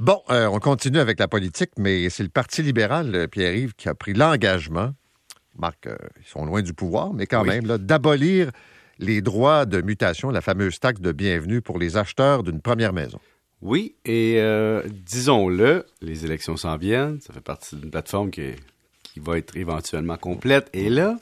Bon, on continue avec la politique, mais c'est le Parti libéral, Pierre-Yves, qui a pris l'engagement, Marc, ils sont loin du pouvoir, mais quand même, là, d'abolir les droits de mutation, la fameuse taxe de bienvenue pour les acheteurs d'une première maison. Oui, et disons-le, les élections s'en viennent, ça fait partie d'une plateforme qui va être éventuellement complète, et là,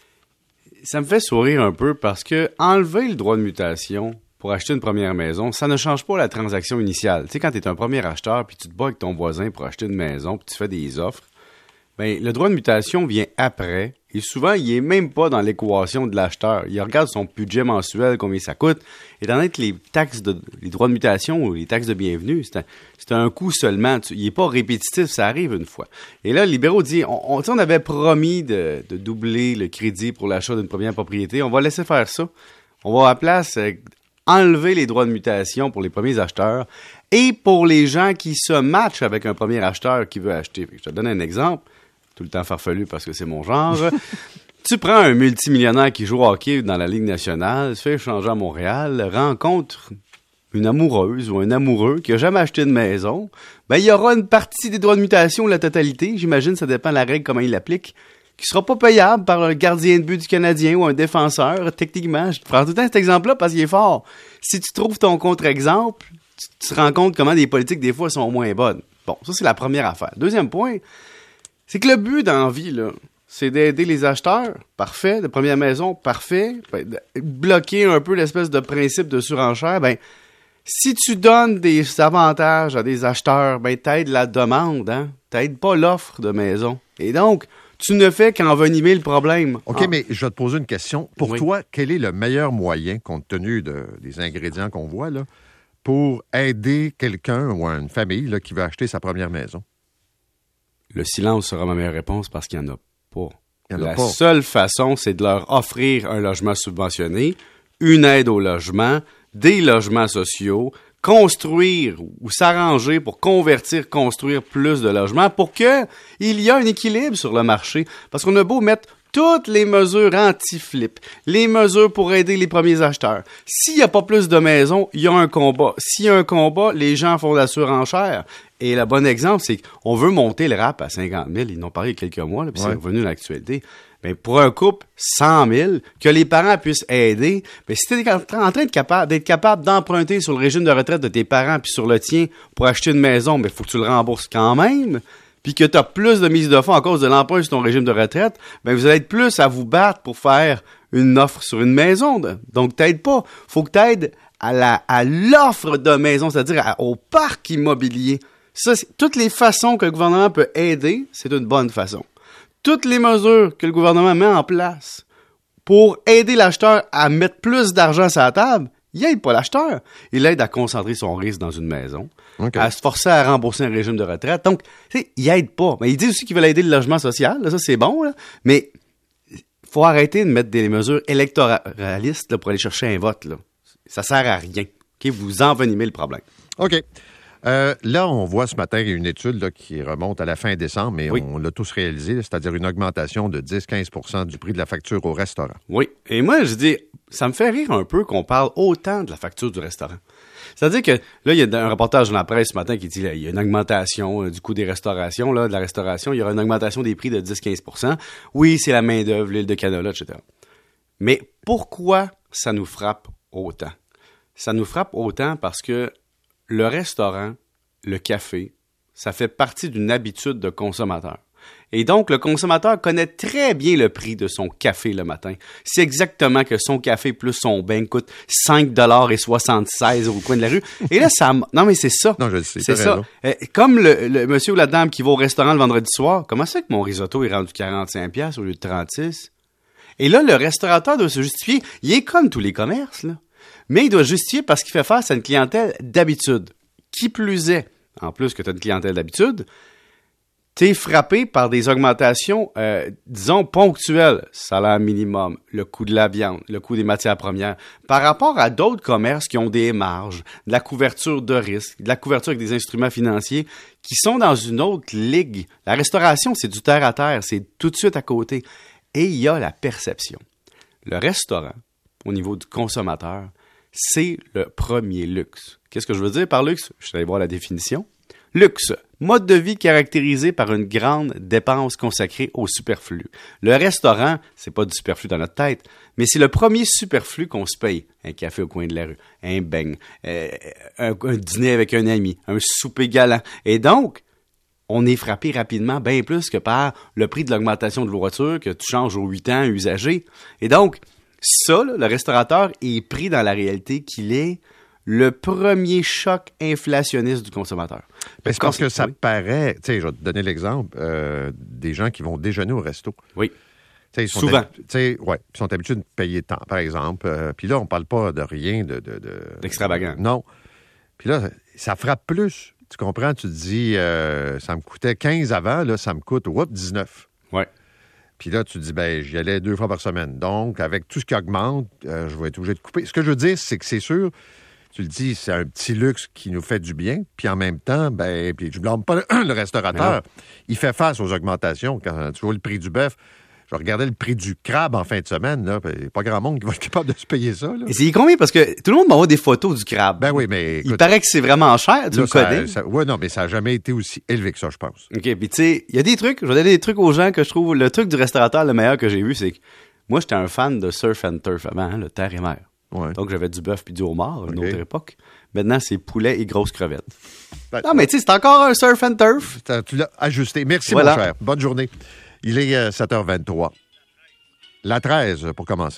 ça me fait sourire un peu parce que enlever le droit de mutation pour acheter une première maison, ça ne change pas la transaction initiale. Tu sais, quand tu es un premier acheteur, puis tu te bats avec ton voisin pour acheter une maison, puis tu fais des offres, bien, le droit de mutation vient après, et souvent, il n'est même pas dans l'équation de l'acheteur. Il regarde son budget mensuel, combien ça coûte, étant donné que les droits de mutation ou les taxes de bienvenue, c'est un coût seulement. Il n'est pas répétitif, ça arrive une fois. Et là, les libéraux disent, on avait promis de doubler le crédit pour l'achat d'une première propriété, on va laisser faire ça. On va à la place enlever les droits de mutation pour les premiers acheteurs et pour les gens qui se matchent avec un premier acheteur qui veut acheter. Je te donne un exemple, tout le temps farfelu parce que c'est mon genre. Tu prends un multimillionnaire qui joue au hockey dans la Ligue nationale, se fait échanger à Montréal, rencontre une amoureuse ou un amoureux qui n'a jamais acheté de maison, ben il y aura une partie des droits de mutation ou la totalité, j'imagine, ça dépend de la règle, comment il l'applique, qui sera pas payable par un gardien de but du Canadien ou un défenseur, techniquement. Je te prends tout le temps cet exemple-là parce qu'il est fort. Si tu trouves ton contre-exemple, tu te rends compte comment des politiques, des fois, sont moins bonnes. Bon, ça, c'est la première affaire. Deuxième point, c'est que le but dans la vie, là, c'est d'aider les acheteurs, parfait, de première maison, parfait, bloquer un peu l'espèce de principe de surenchère, ben, si tu donnes des avantages à des acheteurs, ben, t'aides la demande, hein, t'aides pas l'offre de maison. Et donc, tu ne fais qu'envenimer le problème. OK, mais je vais te poser une question. Pour toi, quel est le meilleur moyen, compte tenu des ingrédients qu'on voit, là, pour aider quelqu'un ou une famille là, qui veut acheter sa première maison? Le silence sera ma meilleure réponse parce qu'il n'y en a pas. La seule façon, c'est de leur offrir un logement subventionné, une aide au logement, des logements sociaux, construire ou s'arranger pour construire plus de logements pour qu'il y ait un équilibre sur le marché. Parce qu'on a beau mettre toutes les mesures anti-flip, les mesures pour aider les premiers acheteurs. S'il n'y a pas plus de maisons, il y a un combat. S'il y a un combat, les gens font de la surenchère. Et le bon exemple, c'est qu'on veut monter le RAP à 50 000. Ils en ont parlé il y a quelques mois, là, puis c'est revenu dans l'actualité. Ben, pour un couple, 100 000, que les parents puissent aider, ben, si tu es en train d'être capable d'emprunter sur le régime de retraite de tes parents puis sur le tien pour acheter une maison, ben, faut que tu le rembourses quand même, puis que tu as plus de mise de fonds à cause de l'emprunt sur ton régime de retraite, ben, vous allez être plus à vous battre pour faire une offre sur une maison. Donc, t'aides pas. Faut que t'aides à l'offre de maison, c'est-à-dire au parc immobilier. Ça, toutes les façons que le gouvernement peut aider, c'est une bonne façon. Toutes les mesures que le gouvernement met en place pour aider l'acheteur à mettre plus d'argent sur la table, il aide pas l'acheteur. Il aide à concentrer son risque dans une maison, à se forcer à rembourser un régime de retraite. Donc, il aide pas. Mais il dit aussi qu'il veut aider le logement social. Là, ça, c'est bon. Là. Mais il faut arrêter de mettre des mesures électoralistes là, pour aller chercher un vote. Là. Ça sert à rien. Okay? Vous envenimez le problème. OK. Là, on voit ce matin une étude là, qui remonte à la fin décembre, mais on l'a tous réalisé, c'est-à-dire une augmentation de 10-15 du prix de la facture au restaurant. Oui. Et moi, je dis, ça me fait rire un peu qu'on parle autant de la facture du restaurant. C'est-à-dire que là, il y a un reportage dans la presse ce matin qui dit qu'il y a une augmentation du coût des restaurations, là, de la restauration. Il y aura une augmentation des prix de 10-15 Oui, c'est la main-d'œuvre, l'huile de canola, etc. Mais pourquoi ça nous frappe autant? Ça nous frappe autant parce que le restaurant, le café, ça fait partie d'une habitude de consommateur. Et donc, le consommateur connaît très bien le prix de son café le matin. C'est exactement que son café plus son bain coûte 5,76 $ au coin de la rue. Et là, ça... Non, mais c'est ça. Non, je le sais. C'est ça. Comme le monsieur ou la dame qui va au restaurant le vendredi soir, comment c'est que mon risotto est rendu 45$ au lieu de 36? Et là, le restaurateur doit se justifier. Il est comme tous les commerces, là. Mais il doit justifier parce qu'il fait face à une clientèle d'habitude. Qui plus est, en plus que tu as une clientèle d'habitude, tu es frappé par des augmentations, disons, ponctuelles. Salaire minimum, le coût de la viande, le coût des matières premières, par rapport à d'autres commerces qui ont des marges, de la couverture de risque, de la couverture avec des instruments financiers qui sont dans une autre ligue. La restauration, c'est du terre-à-terre, c'est tout de suite à côté. Et il y a la perception. Le restaurant, au niveau du consommateur, c'est le premier luxe. Qu'est-ce que je veux dire par luxe? Je suis allé voir la définition. Luxe, mode de vie caractérisé par une grande dépense consacrée au superflu. Le restaurant, c'est pas du superflu dans notre tête, mais c'est le premier superflu qu'on se paye. Un café au coin de la rue, un beigne, un dîner avec un ami, un souper galant. Et donc, on est frappé rapidement bien plus que par le prix de l'augmentation de la voiture que tu changes aux 8 ans usagé. Et donc, ça, là, le restaurateur est pris dans la réalité qu'il est le premier choc inflationniste du consommateur. C'est parce que ça paraît... Tu sais, je vais te donner l'exemple des gens qui vont déjeuner au resto. Oui. Souvent. Ils sont habitués de payer tant, par exemple. Puis là, on ne parle pas de rien d'extravagant. Non. Puis là, ça frappe plus. Tu comprends? Tu te dis, ça me coûtait 15 avant, là, ça me coûte 19. Oui. Puis là, tu te dis, ben j'y allais 2 fois par semaine. Donc, avec tout ce qui augmente, je vais être obligé de couper. Ce que je veux dire, c'est que c'est sûr... Tu le dis, c'est un petit luxe qui nous fait du bien. Puis en même temps, puis je ne blâme pas le restaurateur. Il fait face aux augmentations. Quand tu vois le prix du bœuf, je regardais le prix du crabe en fin de semaine. Là, pas grand monde qui va être capable de se payer ça. Là. Et c'est combien? Parce que tout le monde m'envoie des photos du crabe. Ben oui, mais... Écoute, il paraît que c'est vraiment cher, tu le connais. Oui, non, mais ça n'a jamais été aussi élevé que ça, je pense. OK, puis tu sais, il y a des trucs, je vais donner des trucs aux gens que je trouve... Le truc du restaurateur, le meilleur que j'ai vu, c'est que moi, j'étais un fan de surf and turf avant, le terre et mer. Ouais. Donc, j'avais du bœuf puis du homard à une autre époque. Maintenant, c'est poulet et grosses crevettes. Non, mais tu sais, c'est encore un surf and turf. Tu l'as ajusté. Merci, mon cher. Bonne journée. Il est 7h23. La 13 pour commencer.